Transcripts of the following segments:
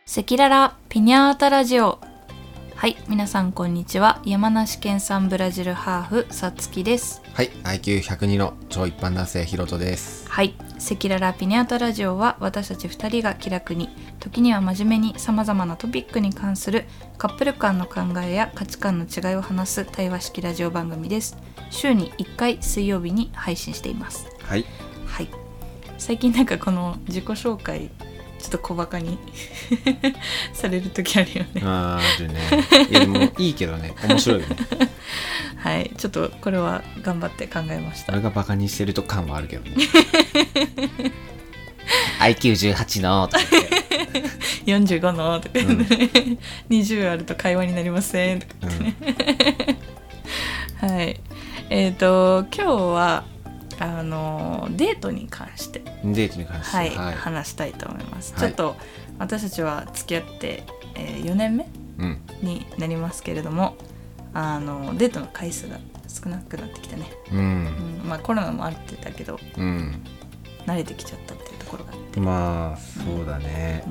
赤裸々ピニャータラジオ。はい、皆さんこんにちは。山梨県産ブラジルハーフさつきです。 はい、IQ102 の超一般男性ひろとです。 はい、赤裸々ピニャータラジオは私たち2人が気楽に、時には真面目にさまざまなトピックに関するカップル間の考えや価値観の違いを話す対話式ラジオ番組です。週に1回水曜日に配信しています。 はい、 はい、最近なんかこの自己紹介ちょっと小バカにされる時あるよね。 あるね。いやでもいいけどね、面白いよね。 はい、ちょっとこれは頑張って考えました。 俺がバカにしてると感はあるけどね。IQ18 のとか言って45のとか、ね、20あると会話になりませんとか言ってね、はい。今日はデートに関して、はいはい、話したいと思います、はい。ちょっと私たちは付き合って、4年目、になりますけれども、デートの回数が少なくなってきたね、まあコロナもあってたけど、慣れてきちゃったっていうところがあって、 まあそうだね、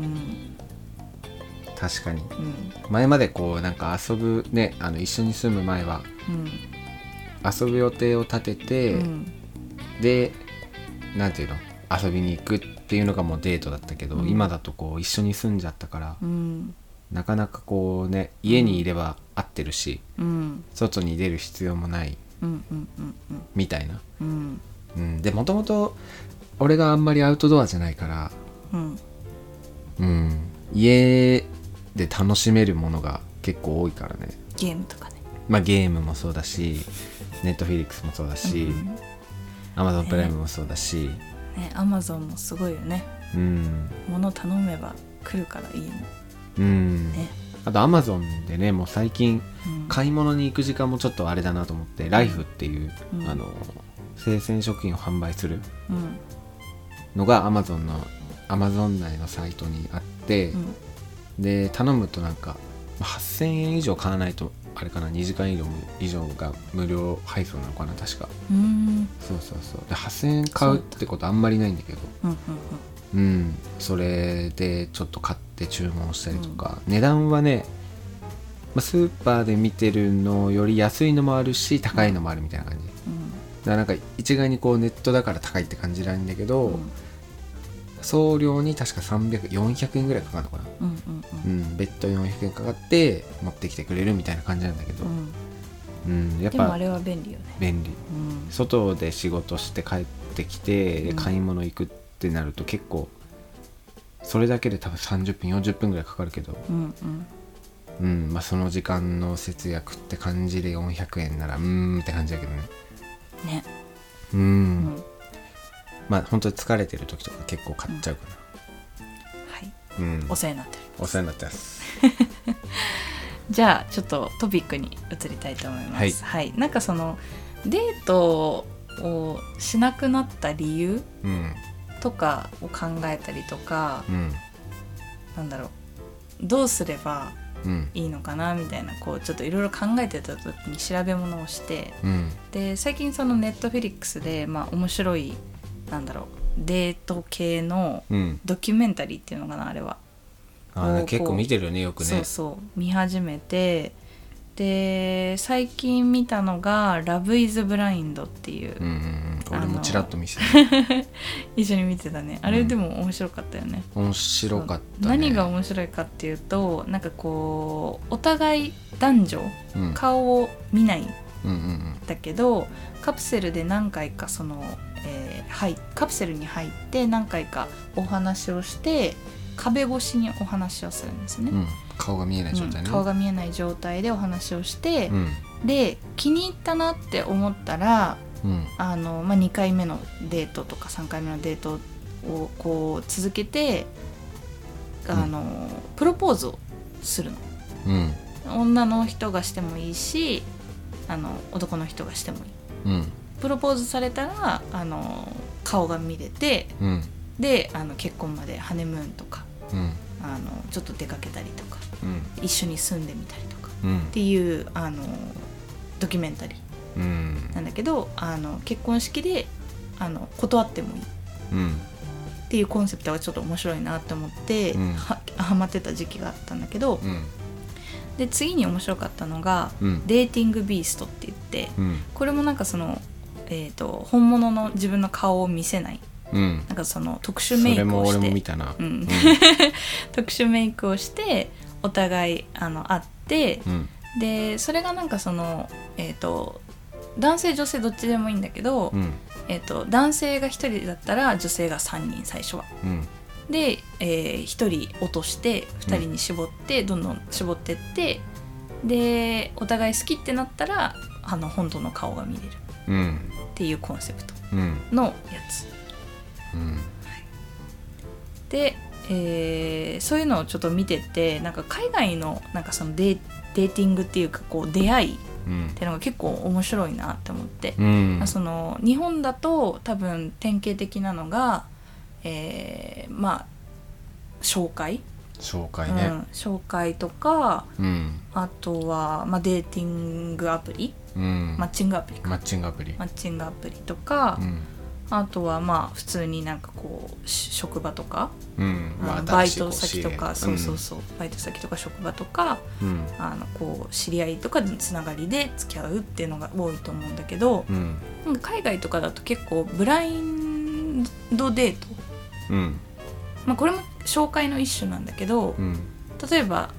確かに、前までこうなんか遊ぶね、一緒に住む前は、遊ぶ予定を立てて、でなんていうの、遊びに行くっていうのがもうデートだったけど、今だとこう一緒に住んじゃったから、なかなかこうね、家にいれば会ってるし、外に出る必要もない、みたいな、でもともと俺があんまりアウトドアじゃないから、家で楽しめるものが結構多いからね。 ゲームとかね、 まあゲームもそうだし、ネットフィリックスもそうだし、Amazon プライムもそうだし、 Amazon もすごいよね。物頼めば来るからいいね。 あと Amazon でね、もう最近、買い物に行く時間もちょっとあれだなと思って、ライフっていう、生鮮食品を販売するのが Amazon 内のサイトにあって、で頼むとなんか8000円以上買わないとあれかな、2時間以上が無料配送なのかな、確か。そうで8000円買うってことあんまりないんだけど、それでちょっと買って注文したりとか、値段はね、スーパーで見てるのより安いのもあるし高いのもあるみたいな感じ、だからなんか一概にこうネットだから高いって感じないんだけど、送料に確か400円ぐらいかかるのかな、別途400円かかって持ってきてくれるみたいな感じなんだけど、やっぱでもあれは便利よね。 便利、外で仕事して帰ってきて、で買い物行くってなると結構それだけで多分30分40分ぐらいかかるけど、まあその時間の節約って感じで400円ならって感じだけどね。まあ本当に疲れてる時とか結構買っちゃうかな。はい、 お世話になってる。 お世話になってますじゃあちょっとトピックに移りたいと思います。はい、なんかそのデートをしなくなった理由、とかを考えたりとか、なんだろう、どうすればいいのかなみたいな、こうちょっといろいろ考えてた時に調べ物をして、で最近そのネットフィリックスで、面白い、なんだろう、デート系のドキュメンタリーっていうのかな、あれは。 結構見てるよね、よくね。 そう見始めて、で最近見たのがラブイズブラインドっていう、 俺もちらっと見せて一緒に見てたね。あれでも面白かったよね。 面白かったね。 何が面白いかっていうと、なんかこうお互い男女、顔を見ないんだけど、カプセルで何回かその、カプセルに入って何回かお話をして、壁越しにお話をするんですね。 顔が見えない状態ね。 顔が見えない状態でお話をして、で気に入ったなって思ったら、2回目のデートとか3回目のデートをこう続けて、プロポーズをするの、女の人がしてもいいし、男の人がしてもいい、プロポーズされたら顔が見れて、で結婚までハネムーンとか、ちょっと出かけたりとか、一緒に住んでみたりとか、っていうドキュメンタリーなんだけど、結婚式で断ってもいい、 っていうコンセプトがちょっと面白いなって思って、ハマってた時期があったんだけど、で次に面白かったのが、デーティングビーストって言って、これもなんかその、本物の自分の顔を見せない、なんかその特殊メイクをして、それも俺も見たな、特殊メイクをしてお互い会って、でそれがなんかその、男性女性どっちでもいいんだけど、男性が1人だったら女性が3人最初は、で、1人落として2人に絞って、どんどん絞ってって、でお互い好きってなったら本当の顔が見れるっていうコンセプトのやつ、で、そういうのをちょっと見てて、なんか海外のなんかそのデーティングっていうかこう出会いっていうのが結構面白いなって思って、その日本だと多分典型的なのが、まあ紹介ね、紹介とか、あとは、まあ、デーティングアプリ、マッチングアプリとか、あとはまあ普通になんかこう職場とか、バイト先とか、バイト先とか職場とか、こう知り合いとかのつながりで付き合うっていうのが多いと思うんだけど、なんか海外とかだと結構ブラインドデート、まあ、これも紹介の一種なんだけど、例えば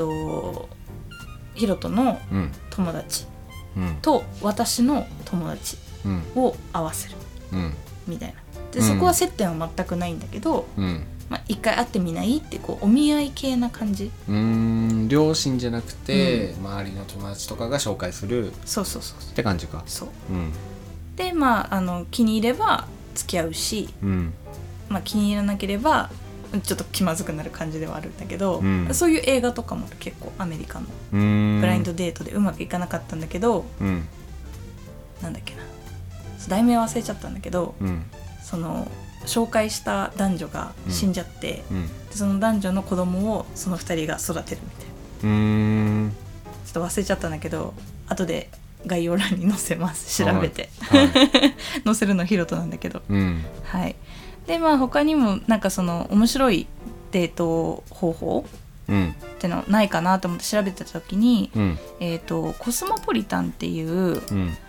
ヒロトの友達と私の友達を合わせるみたいな。でそこは接点は全くないんだけど、まあ、一回会ってみないってこうお見合い系な感じ。 両親じゃなくて、周りの友達とかが紹介するって感じか。 でまあ気に入れば付き合うし、まあ、気に入らなければちょっと気まずくなる感じではあるんだけど、そういう映画とかも結構アメリカのブラインドデートでうまくいかなかったんだけど、なんだっけな、題名忘れちゃったんだけど、その紹介した男女が死んじゃって、でその男女の子供をその2人が育てるみたいな、ちょっと忘れちゃったんだけど後で概要欄に載せます、調べて、載せるのヒロトなんだけど、はい。でまあ他にもなんかその面白いデート方法ってのないかなと思って調べてた時に、コスモポリタンっていう、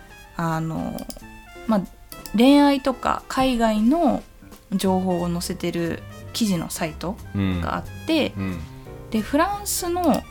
まあ、恋愛とか海外の情報を載せてる記事のサイトがあって、でフランスの、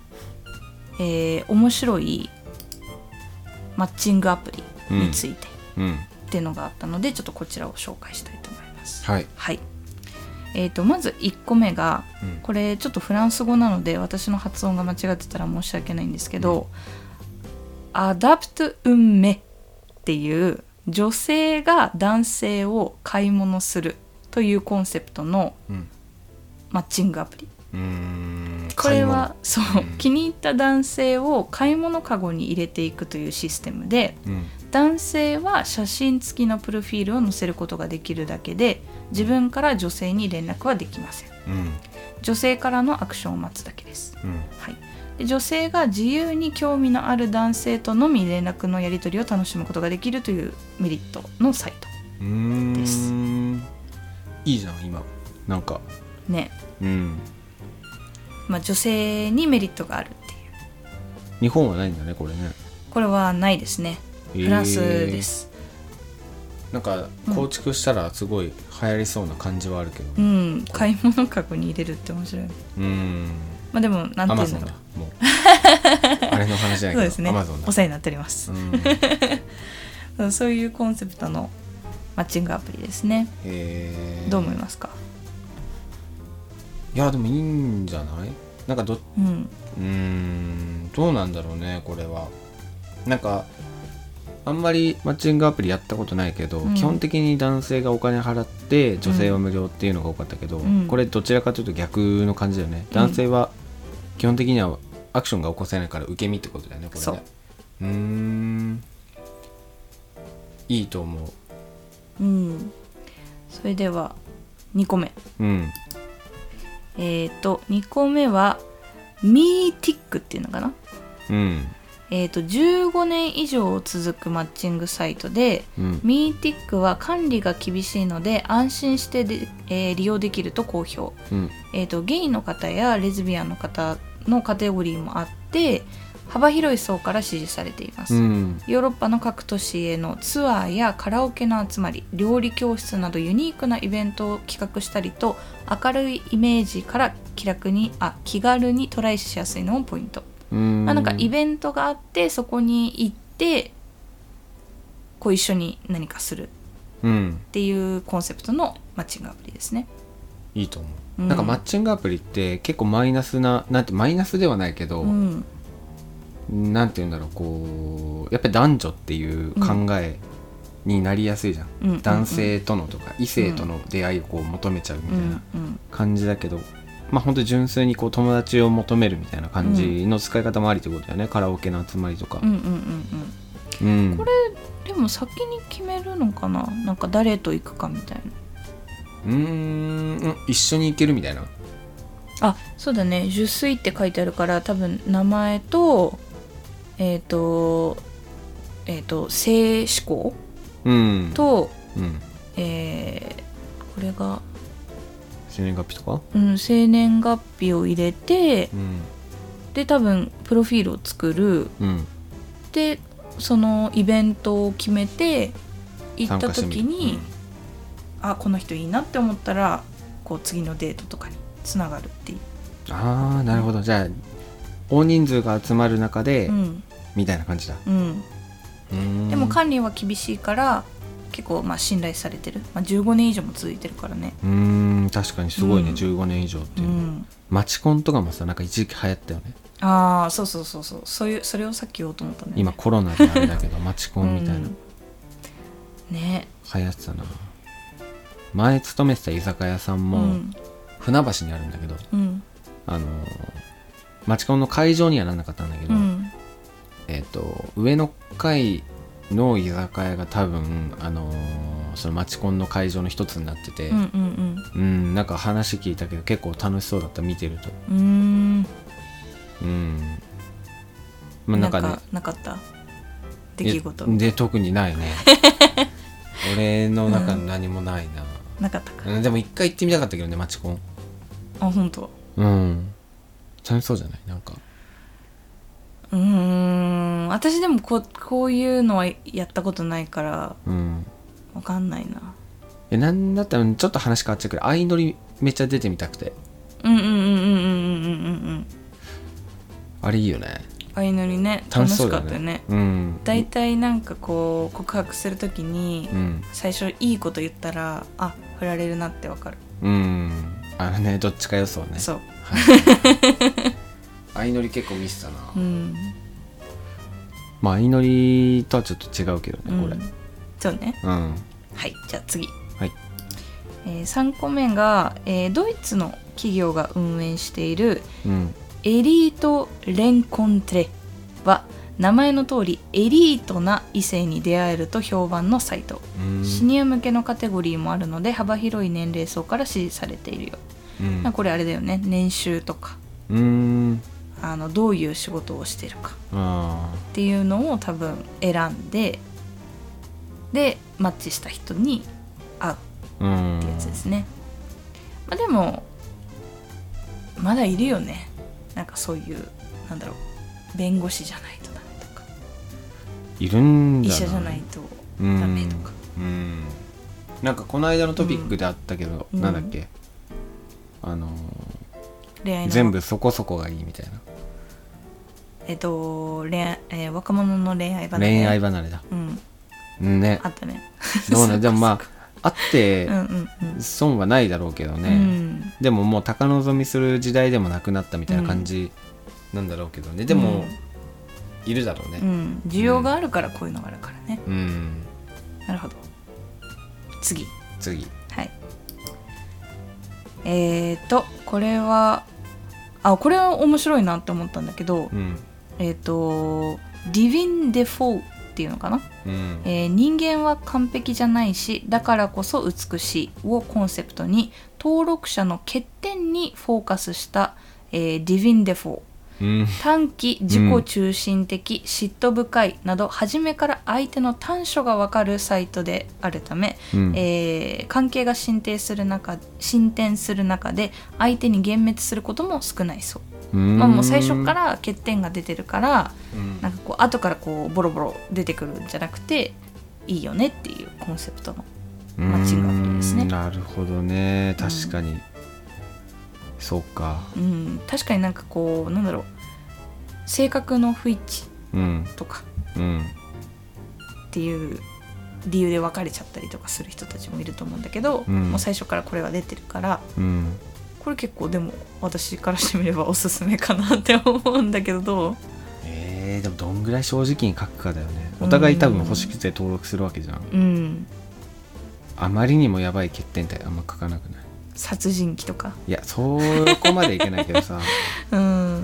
面白いマッチングアプリについて、っていうのがあったのでちょっとこちらを紹介したいと思います。はい、まず1個目が、これちょっとフランス語なので私の発音が間違ってたら申し訳ないんですけど、アダプトウンメっていう女性が男性を買い物するというコンセプトのマッチングアプリ。これはそう、気に入った男性を買い物カゴに入れていくというシステムで、男性は写真付きのプロフィールを載せることができるだけで自分から女性に連絡はできません、女性からのアクションを待つだけです、はい。で女性が自由に興味のある男性とのみ連絡のやり取りを楽しむことができるというメリットのサイトです。 いいじゃん今なんかね、まあ、女性にメリットがあるっていう。 日本はないんだねこれね。 これはないですね、フランスです。 なんか構築したらすごい流行りそうな感じはあるけど、 買い物カゴに入れるって面白い。まあでもなんていうんだろう、 もうあれの話じゃないけどそうですね、 お世話になっております、そういうコンセプトのマッチングアプリですね。どう思いますか？ いやでもいいんじゃない？なんかどうなんだろうねこれは。なんかあんまりマッチングアプリやったことないけど、基本的に男性がお金払って女性は無料っていうのが多かったけど、これどちらかというと逆の感じだよね。男性は基本的にはアクションが起こせないから受け身ってことだよねこれね。 そう。 いいと思う。 それでは2個目。2個目はミーティックっていうのかな。 15年以上続くマッチングサイトで、ミーティックは管理が厳しいので安心して利用できると好評、ゲイの方やレズビアンの方のカテゴリーもあって幅広い層から支持されています、ヨーロッパの各都市へのツアーやカラオケの集まり、料理教室などユニークなイベントを企画したりと、明るいイメージから気軽にトライしやすいのもポイント。なんかイベントがあってそこに行ってこう一緒に何かするっていうコンセプトのマッチングアプリですね。 いいと思う、なんかマッチングアプリって結構マイナスではないけど、なんていうんだろう、こうやっぱり男女っていう考えになりやすいじゃん、男性とのとか異性との出会いをこう求めちゃうみたいな感じだけど、まあ本当に純粋にこう友達を求めるみたいな感じの使い方もありってことだよね、カラオケの集まりとか。これでも先に決めるのかな、なんか誰と行くかみたいな。一緒に行けるみたいな。 あ、そうだね、ジュスイって書いてあるから多分名前と性思考、と、これが生年月日とか、 生年月日を入れて、で多分プロフィールを作る、でそのイベントを決めて行った時に、この人いいなって思ったらこう次のデートとかにつながるっていう。 ああ、なるほど。じゃあ大人数が集まる中で、みたいな感じだ。 でも管理は厳しいから結構信頼されてる、15年以上も続いてるからね。 確かにすごいね、15年以上っていう、マチコンとかもさ、なんか一時期流行ったよね。 そうそれをさっき言おうと思ったんだよね。 今コロナであれだけどマチコンみたいな、 ね、 流行ってたな。前勤めてた居酒屋さんも、船橋にあるんだけど、マチコンの会場にはならなかったんだけど、上の階の居酒屋が多分そのマチコンの会場の一つになってて、なんか話聞いたけど結構楽しそうだった、見てると。なんかね、 なかった出来事で特にないね俺の中に何もないな、 なかったか。 でも一回行ってみたかったけどね、マチコン。 本当。 楽しそうじゃない、なんか。 私でもこういうのはやったことないからわかんないな。 なんだったらちょっと話変わっちゃうけど、相乗りめっちゃ出てみたくて。あれいいよね、 相乗りね。楽しかったよね。だいたいなんかこう告白するときに、最初いいこと言ったら振られるなってわかる。 どっちか予想ね。 そう、 相乗り結構ミスだな。相乗りとはちょっと違うけどね、これ。 そうね。 はい、 じゃあ次。3個目が、ドイツの企業が運営している、エリート・レンコントレは名前の通りエリートな異性に出会えると評判のサイト。シニア向けのカテゴリーもあるので幅広い年齢層から支持されているよ。これあれだよね、年収とかどういう仕事をしてるかっていうのを多分選んで、でマッチした人に会うってやつですね。でもまだいるよね、なんかそういうなんだろう、弁護士じゃないとダメとか、 いるんだな、 医者じゃないとダメとか。 なんかこの間のトピックであったけど、なんだっけ、 恋愛の全部そこそこがいいみたいな。 若者の恋愛離れ。 恋愛離れだ。ね。 あったね。 どうね、でもあって損はないだろうけどね。でももう高望みする時代でもなくなったみたいな感じなんだろうけどね。でもいるだろうね。 需要があるからこういうのがあるからね。なるほど。次。はい。これは面白いなって思ったんだけど、ディヴィン・デフォーっていうのかな、人間は完璧じゃないしだからこそ美しいをコンセプトに登録者の欠点にフォーカスした、ディヴィン・デフォ短気、自己中心的、嫉妬深いなど初めから相手の短所が分かるサイトであるため、関係が進展する中で相手に幻滅することも少ないそう。もう最初から欠点が出てるから、なんかこう後からこうボロボロ出てくるんじゃなくていいよねっていうコンセプトのマッチングアプリですね。 なるほどね、確かに、そうか、 確かになんかこうなんだろう、性格の不一致とか、っていう理由で別れちゃったりとかする人たちもいると思うんだけど、もう最初からこれが出てるから、これ結構でも私からしてみればおすすめかなって思うんだけど、どう？ でもどんぐらい正直に書くかだよね。お互い多分欲しくて登録するわけじゃん。あまりにもやばい欠点ってあんま書かなくない？ 殺人鬼とか。 いやそこまでいけないけどさど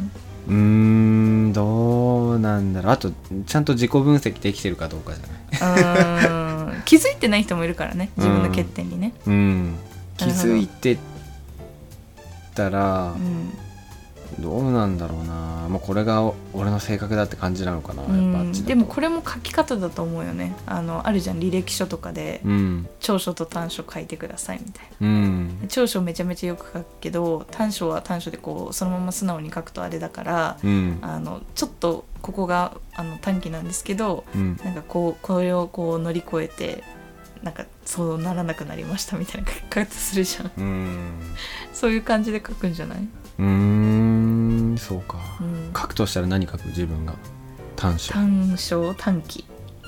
うなんだろう。あとちゃんと自己分析できてるかどうかじゃない？ 気づいてない人もいるからね、自分の欠点にね。 気づいてたら、どうなんだろうな。もうこれが俺の性格だって感じなのかな、やっぱ。 でもこれも書き方だと思うよね。あるじゃん、履歴書とかで、長所と短所書いてくださいみたいな、長所めちゃめちゃよく書くけど短所は短所でこうそのまま素直に書くとあれだから、ちょっとここが短気なんですけど、なんかこれをこう乗り越えてなんかそうならなくなりましたみたいな書き方するじゃん。そういう感じで書くんじゃない？ そうか、書くとしたら何書く？自分が短所短気、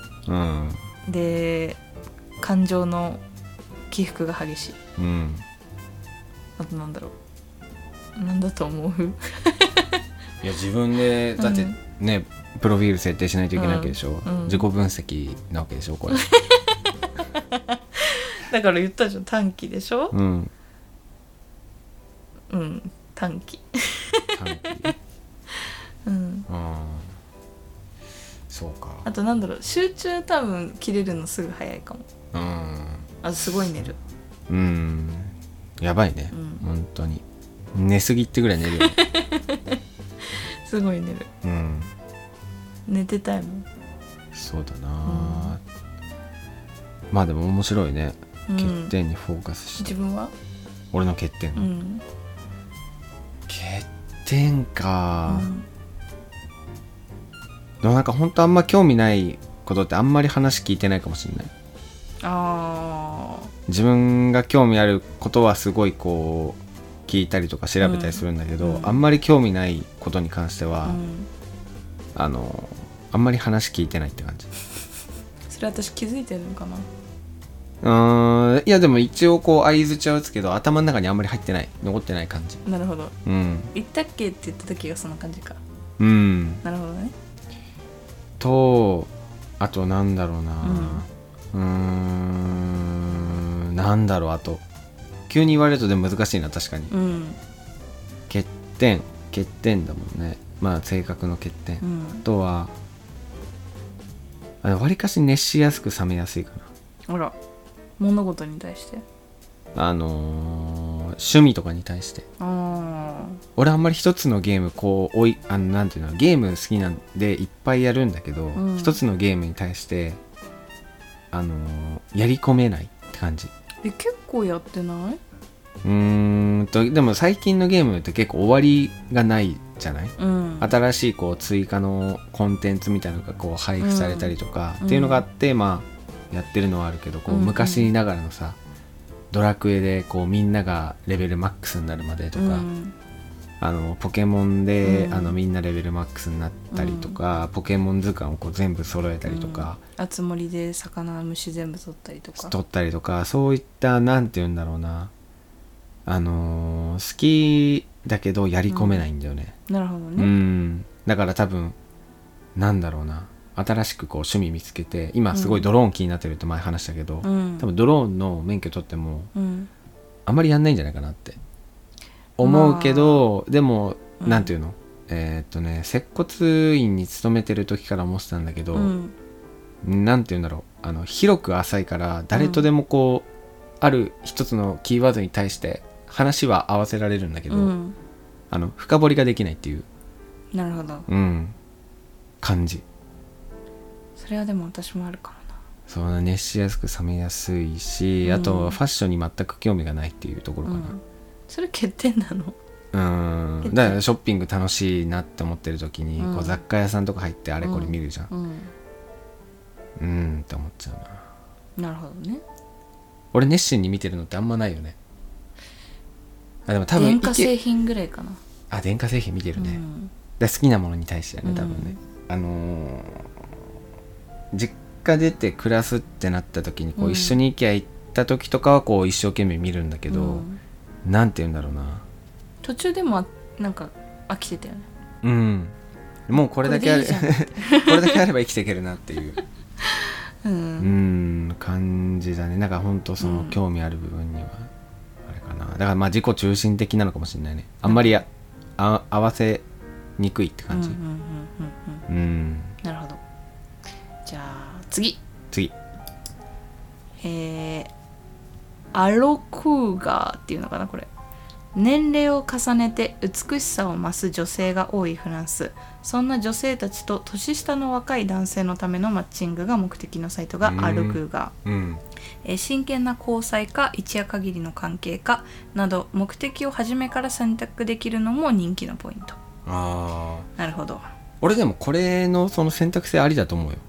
で感情の起伏が激しい、あとなんだろう、なんだと思ういや自分でだってね、プロフィール設定しないといけないわけでしょ、自己分析なわけでしょこれだから言ったじゃん、短気でしょ。短気そうか。 あとなんだろう、集中多分切れるのすぐ早いかも。あとすごい寝る。 やばいね、本当に寝すぎってぐらい寝るよねすごい寝る。寝てたいもん。 そうだな、まあでも面白いね、欠点にフォーカスして。 自分は俺の欠点、欠点か、でもなんか本当あんま興味ないことってあんまり話聞いてないかもしれない。自分が興味あることはすごいこう聞いたりとか調べたりするんだけど、あんまり興味ないことに関しては、あんまり話聞いてないって感じ。 それ私気づいてるのかな。 いやでも一応こう相づちは打つけど頭の中にあんまり入ってない、残ってない感じ。 なるほど。言ったっけって言った時がそんな感じか。なるほどね。 とあとなんだろうな、なんだろう、あと急に言われるとでも難しいな、確かに。欠点だもんね。まあ性格の欠点、あとはわりかし熱しやすく冷めやすいかな。 あら、物事に対して、 趣味とかに対して。俺あんまり一つのゲームこうなんていうの、ゲーム好きなんでいっぱいやるんだけど、一つのゲームに対してやり込めないって感じ。 結構やってない？ でも最近のゲームって結構終わりがないじゃない、新しいこう追加のコンテンツみたいなのがこう配布されたりとか、っていうのがあって、まあやってるのはあるけど、こう昔ながらのさ、ドラクエでこうみんながレベルマックスになるまでとか、ポケモンで、みんなレベルマックスになったりとか、ポケモン図鑑をこう全部揃えたりとか、 あつ森で魚虫全部取ったりとか、 そういったなんていうんだろうな、好きだけどやり込めないんだよね。 なるほどね。 だから多分なんだろうな、新しくこう趣味見つけて、今すごいドローン気になってるって前話したけど、多分ドローンの免許取っても、あんまりやんないんじゃないかなって思うけど、でもなんていうの、接骨院に勤めてる時から思ってたんだけど、なんていうんだろう、広く浅いから誰とでもこう、ある一つのキーワードに対して話は合わせられるんだけど、深掘りができないっていう。 なるほど、 感じ。 それはでも私もあるかもな。 そう熱しやすく冷めやすいし、あとファッションに全く興味がないっていうところかな、 それ欠点なの？ だからショッピング楽しいなって思ってる時に、こう雑貨屋さんとか入ってあれこれ見るじゃん、って思っちゃうな。 なるほどね。 俺熱心に見てるのってあんまないよね。でも多分電化製品ぐらいかな。 電化製品見てるね、で好きなものに対してはね多分ね、実家出て暮らすってなった時にこう一緒に行きゃ行った時とかはこう一生懸命見るんだけど、なんて言うんだろうな、途中でもなんか飽きてたよね。 もうこれだけあれこれだけあれば生きていけるなっていう感じだね。なんか本当その興味ある部分にはあれかな。だからまあ自己中心的なのかもしれないね。あんまり合わせにくいって感じ。 なるほど。じゃあ次アロクーガーっていうのかなこれ。年齢を重ねて美しさを増す女性が多いフランス。そんな女性たちと年下の若い男性のためのマッチングが目的のサイトがアロクーガー、真剣な交際か一夜限りの関係かなど目的を初めから選択できるのも人気のポイント。なるほど。 俺でもこれのその選択肢ありだと思うよ、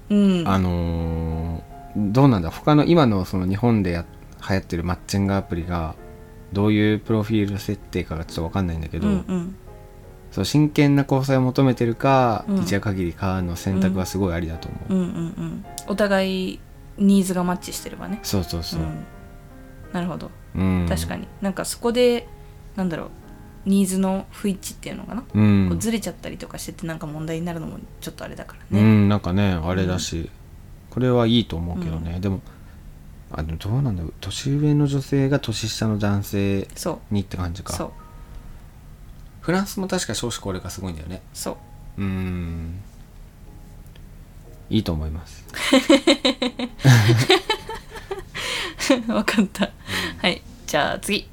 どうなんだ他の今のその日本で流行ってるマッチングアプリがどういうプロフィール設定かがちょっと分かんないんだけど、そう真剣な交際を求めてるか、一夜限りかの選択はすごいありだと思う、 お互いニーズがマッチしてればね。そう、なるほど、確かになんかそこでなんだろうニーズの不一致っていうのかな、こうずれちゃったりとかしててなんか問題になるのもちょっとあれだからね、 なんかねあれだし、これはいいと思うけどね、でもどうなんだろう、年上の女性が年下の男性にって感じか。そうフランスも確か少子高齢化すごいんだよね。そういいと思います分かった、はい。じゃあ次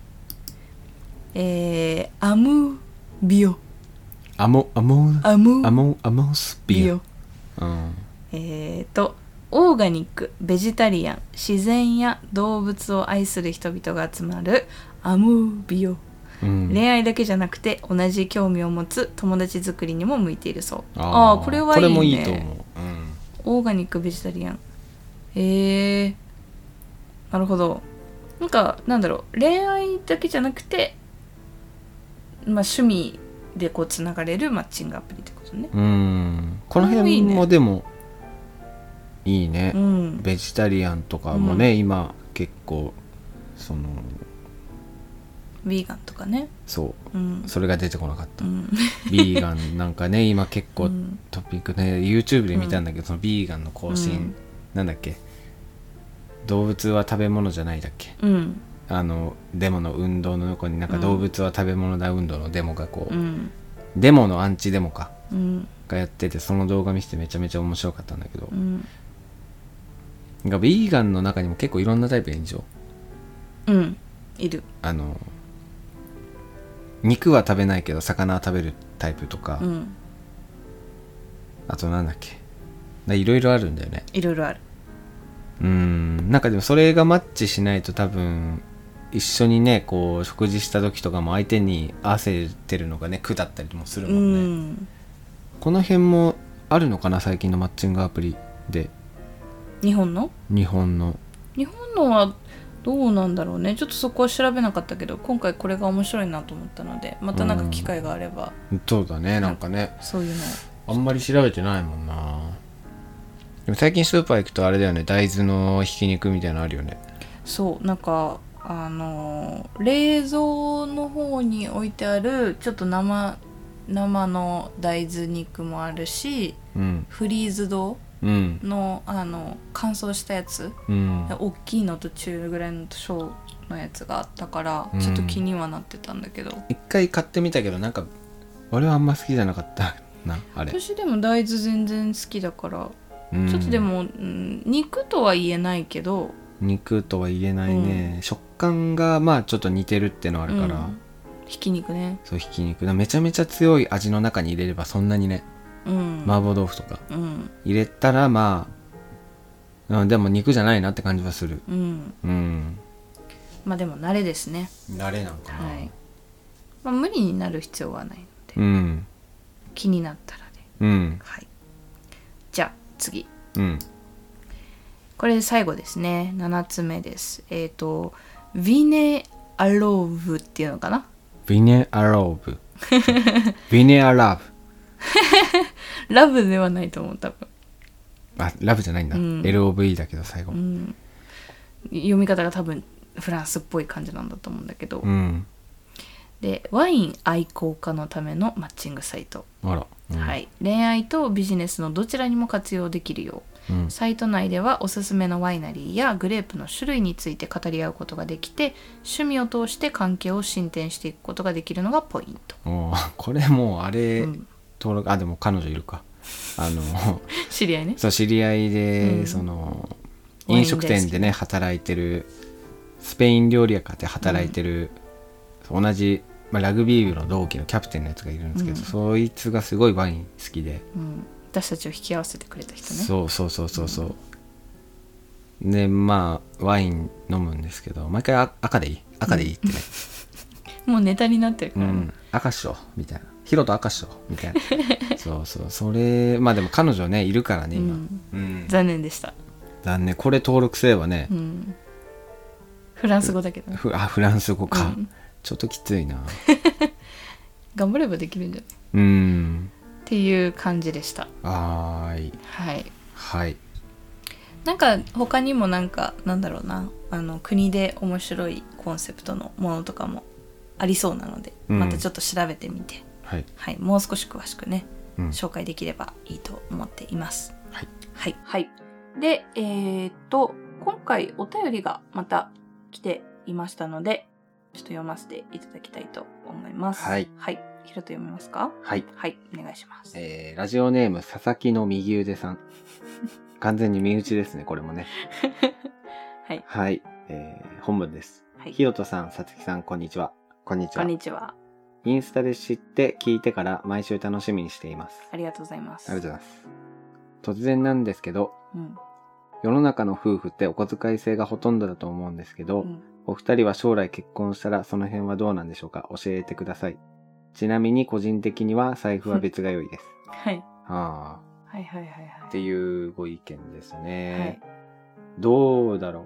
アムビオアモスビオ、 オーガニック、ベジタリアン、自然や動物を愛する人々が集まるアムビオ、恋愛だけじゃなくて同じ興味を持つ友達作りにも向いているそう。これはいいね。これもいいと思う、オーガニック、ベジタリアン、なるほど。なんかなんだろう恋愛だけじゃなくて、趣味でこうつながれるマッチングアプリってことね。 この辺もでもいいね、ベジタリアンとかもね、今結構そのビーガンとかね。 そう、それが出てこなかった、ビーガンなんかね今結構トピックね、YouTube で見たんだけど、そのビーガンの更新、なんだっけ、動物は食べ物じゃないだっけ、デモの運動の横になんか動物は食べ物だ運動のデモがこう、デモのアンチデモか、がやってて、その動画見せてめちゃめちゃ面白かったんだけど、なんかビーガンの中にも結構いろんなタイプいるんでしょ。 いる。 肉は食べないけど魚は食べるタイプとか、あとなんだっけ、いろいろあるんだよね。 いろいろある。 なんかでもそれがマッチしないと多分一緒にねこう食事した時とかも相手に合わせてるのがね苦だったりもするもんね。この辺もあるのかな最近のマッチングアプリで。日本のはどうなんだろうね。ちょっとそこは調べなかったけど、今回これが面白いなと思ったので、またなんか機会があれば、 そうだね、なんかねそういうのあんまり調べてないもんな。でも最近スーパー行くとあれだよね、大豆のひき肉みたいなのあるよね。 そうなんか冷蔵の方に置いてあるちょっと生の大豆肉もあるし、フリーズドの、乾燥したやつ、大きいのと中ぐらいのと小のやつがあったから、ちょっと気にはなってたんだけど、 一回買ってみたけどなんか俺はあんま好きじゃなかったなあれ。 私でも大豆全然好きだから、ちょっとでも、肉とは言えないけど、 肉とは言えないね、食感がまあちょっと似てるってのあるから、 ひき肉ね。 そう、ひき肉めちゃめちゃ強い味の中に入れればそんなにね、 うん、 麻婆豆腐とかうん入れたらまあ、うん、でも肉じゃないなって感じはする。 うん、 うん。 まあでも慣れですね。 慣れなんかな。 はい。まあ無理になる必要はないので、 うん。 気になったらで、 うん。 はい。じゃあ次。 うん。 これ最後ですね。7つ目です。ヴィネアローブっていうのかな。 ヴィネアローブ。ヴィネアラブ。 ラブではないと思う、多分。 あ、ラブじゃないんだ。LOVE だけど最後。 読み方が多分フランスっぽい感じなんだと思うんだけど。 うん。 で、ワイン愛好家のためのマッチングサイト。 あら。 はい。恋愛とビジネスのどちらにも活用できるよう。サイト内ではおすすめのワイナリーやグレープの種類について語り合うことができて、趣味を通して関係を進展していくことができるのがポイント。 これもうあれ、登録、でも彼女いるか。 知り合いね。 そう、知り合いで、その飲食店でね働いてる、スペイン料理屋で働いてる、同じ、ラグビー部の同期のキャプテンのやつがいるんですけど、そいつがすごいワイン好きで、 私たちを引き合わせてくれた人ね。 そうで、まあワイン飲むんですけど、毎回赤でいいってね、 もうネタになってるからね、 赤っしょみたいな、ヒロと赤っしょみたいなそうそれ、でも彼女ねいるからね今、 残念でした。 残念。これ登録すればね、 フランス語だけどね。 フランス語か、ちょっときついな頑張ればできるんじゃないっていう感じでした。 はいはい。 なんか他にもなんだろうな、国で面白いコンセプトのものとかもありそうなので、またちょっと調べてみて、もう少し詳しくね、紹介できればいいと思っています。はいで、今回お便りがまた来ていましたので、ちょっと読ませていただきたいと思います。ヒロト読みますか？はい、お願いします。 ラジオネーム佐々木の右腕さん。完全に身内ですね、これもね。はい、本文です。ヒロトさん、さつきさん、こんにちは。こんにちは。インスタで知って聞いてから毎週楽しみにしています。 ありがとうございます。 ありがとうございます。突然なんですけど、世の中の夫婦ってお小遣い制がほとんどだと思うんですけど、お二人は将来結婚したらその辺はどうなんでしょうか？教えてください。ちなみに個人的には財布は別が良いです。っていうご意見ですね。どうだろう？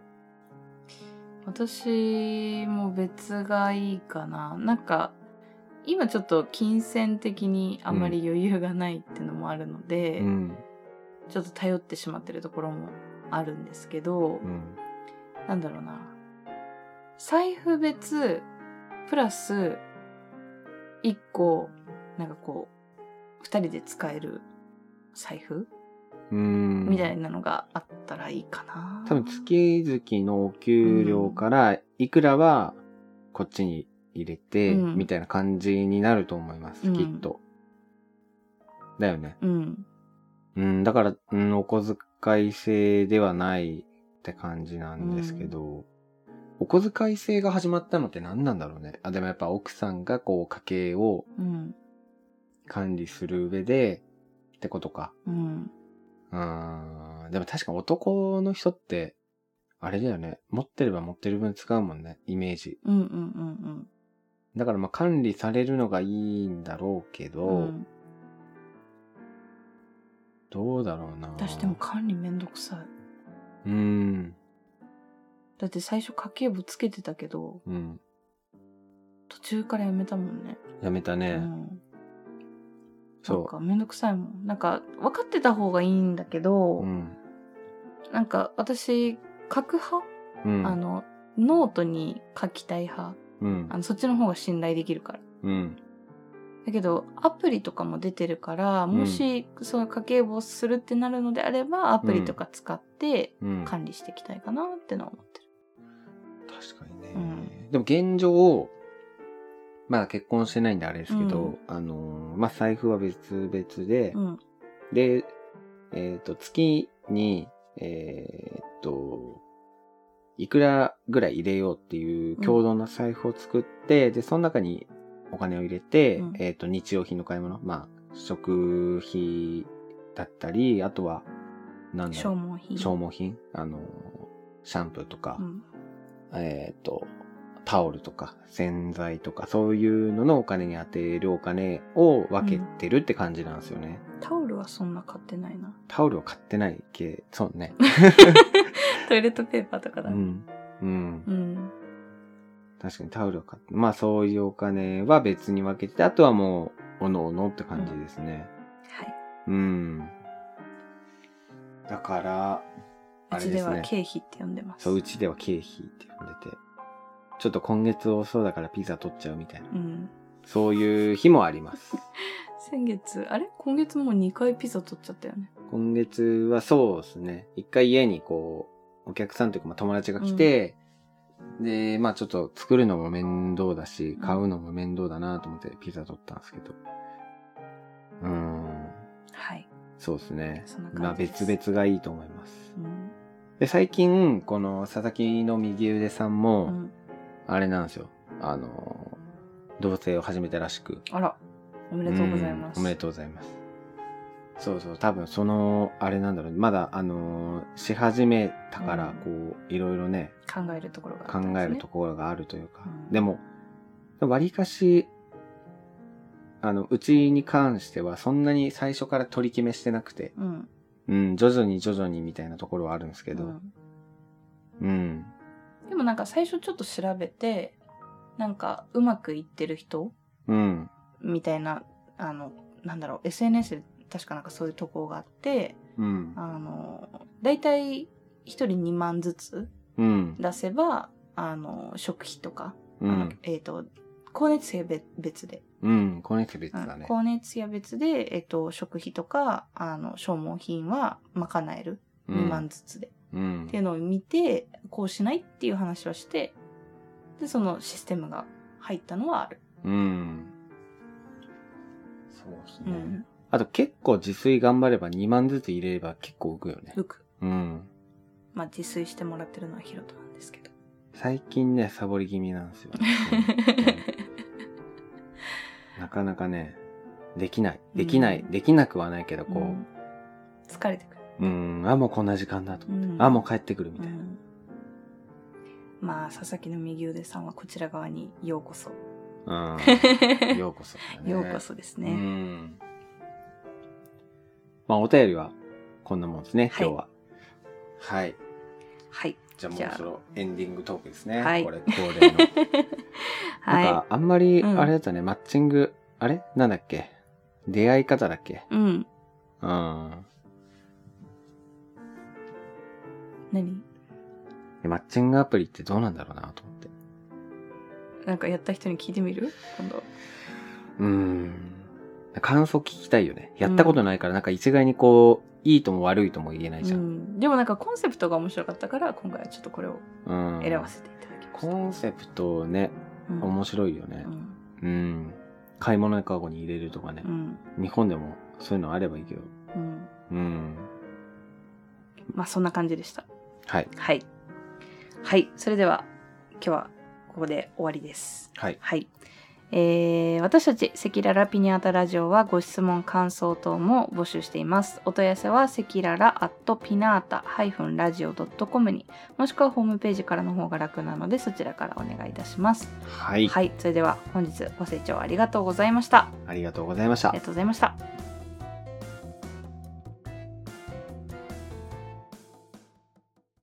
私も別がいいかな。なんか今ちょっと金銭的にあまり余裕がないっていうのもあるので、ちょっと頼ってしまってるところもあるんですけど、なんだろうな、財布別プラス1個なんかこう2人で使える財布みたいなのがあったらいいかな。 多分月々のお給料からいくらはこっちに入れて、みたいな感じになると思います、きっと。だよね。だから、お小遣い制ではないって感じなんですけど、お小遣い制が始まったのって何なんだろうね。でもやっぱ奥さんがこう家計を管理する上でってことか。でも確か男の人ってあれだよね。持ってれば持ってる分使うもんね、イメージ。だから管理されるのがいいんだろうけど、どうだろうな。 私でも管理めんどくさい。だって最初家計簿つけてたけど、途中からやめたもんね。 やめたね。 なんかめんどくさいもん。なんか分かってた方がいいんだけど、なんか私書く派、ノートに書きたい派、そっちの方が信頼できるから。だけどアプリとかも出てるから、もしその家計簿をするってなるのであればアプリとか使って管理していきたいかなってのは思ってる。 確かにね。でも現状まだ結婚してないんであれですけど、財布は別々で、で、月にいくらぐらい入れようっていう共同の財布を作って、でその中にお金を入れて、 うん、 日用品の買い物、まあ食費だったり、あとはなんだろう、消耗品、シャンプーとか、うん、タオルとか洗剤とかそういうののお金に当てるお金を分けてるって感じなんですよね。 タオルはそんな買ってないな。 タオルは買ってない系、そうね。 トイレットペーパーとかだね。 うん。確かにタオルは買って、まあそういうお金は別に分けて、あとはもうおのおのって感じですね。 はい。 だからあれですね。 うちでは経費って呼んでます。 そう、うちでは経費って呼んでて。ちょっと今月多そうだからピザ取っちゃうみたいな。そういう日もあります。 今月もう2回ピザ取っちゃったよね。 今月はそうですね。1回家にこう、お客さんというか、まあ、友達が来て、で、まあちょっと作るのも面倒だし、買うのも面倒だなと思ってピザ取ったんですけど。 はい。 そうですね。 そんな感じです。 まあ別々がいいと思います。で、最近、この佐々木の右腕さんも、あれなんですよ。同棲を始めたらしく。 あら、おめでとうございます。 おめでとうございます。そうそう、多分あれなんだろう、まだ、し始めたから、こう、いろいろね、 考えるところがあるというか。でも、わりかし、うちに関しては、そんなに最初から取り決めしてなくて、徐々にみたいなところはあるんですけど、 でもなんか最初ちょっと調べて、なんかうまくいってる人、みたいな、なんだろう、SNS で確かなんかそういうとこがあって、だいたい1人2万ずつ出せば、食費とか、光熱費別で。 光熱費別だね。 光熱費は別で、食費とか、消耗品は賄える。2万ずつで。っていうのを見て、こうしないっていう話はして、で、そのシステムが入ったのはある。 そうですね。あと結構自炊頑張れば2万ずつ入れれば結構浮くよね。 浮く。まあ自炊してもらってるのはヒロトなんですけど。 最近ね、サボり気味なんですよね。なかなかね、できなくはないけど、こう。 疲れてくる。 もうこんな時間だと思って。もう帰ってくるみたいな。 まあ、佐々木の右腕さんはこちら側にようこそ。 ようこそ、 ね。ようこそですね。 まあ、お便りはこんなもんですね、今日は。はい。 はい。 じゃあもうそろエンディングトークですね。 はい。 これ、恒例の。なんか、あんまり、あれだったね、マッチング、あれなんだっけ出会い方だっけ何？ マッチングアプリってどうなんだろうなと思って。 なんかやった人に聞いてみる？今度。 感想聞きたいよね。やったことないから、なんか一概にこう、いいとも悪いとも言えないじゃん。 でもなんかコンセプトが面白かったから、今回はちょっとこれを選ばせていただきました。 コンセプトね、面白いよね。買い物カゴに入れるとかね。日本でもそういうのあればいいけど。 まあそんな感じでした。 はい。 はい。はい。それでは、今日はここで終わりです。 はい。 はい。私たち赤裸々ピニャータラジオはご質問感想等も募集しています。お問い合わせは赤裸々@pinata-radio.com に、もしくはホームページからの方が楽なのでそちらからお願いいたします。 はい、 はい、それでは本日ご清聴ありがとうございました。 ありがとうございました。 ありがとうございました。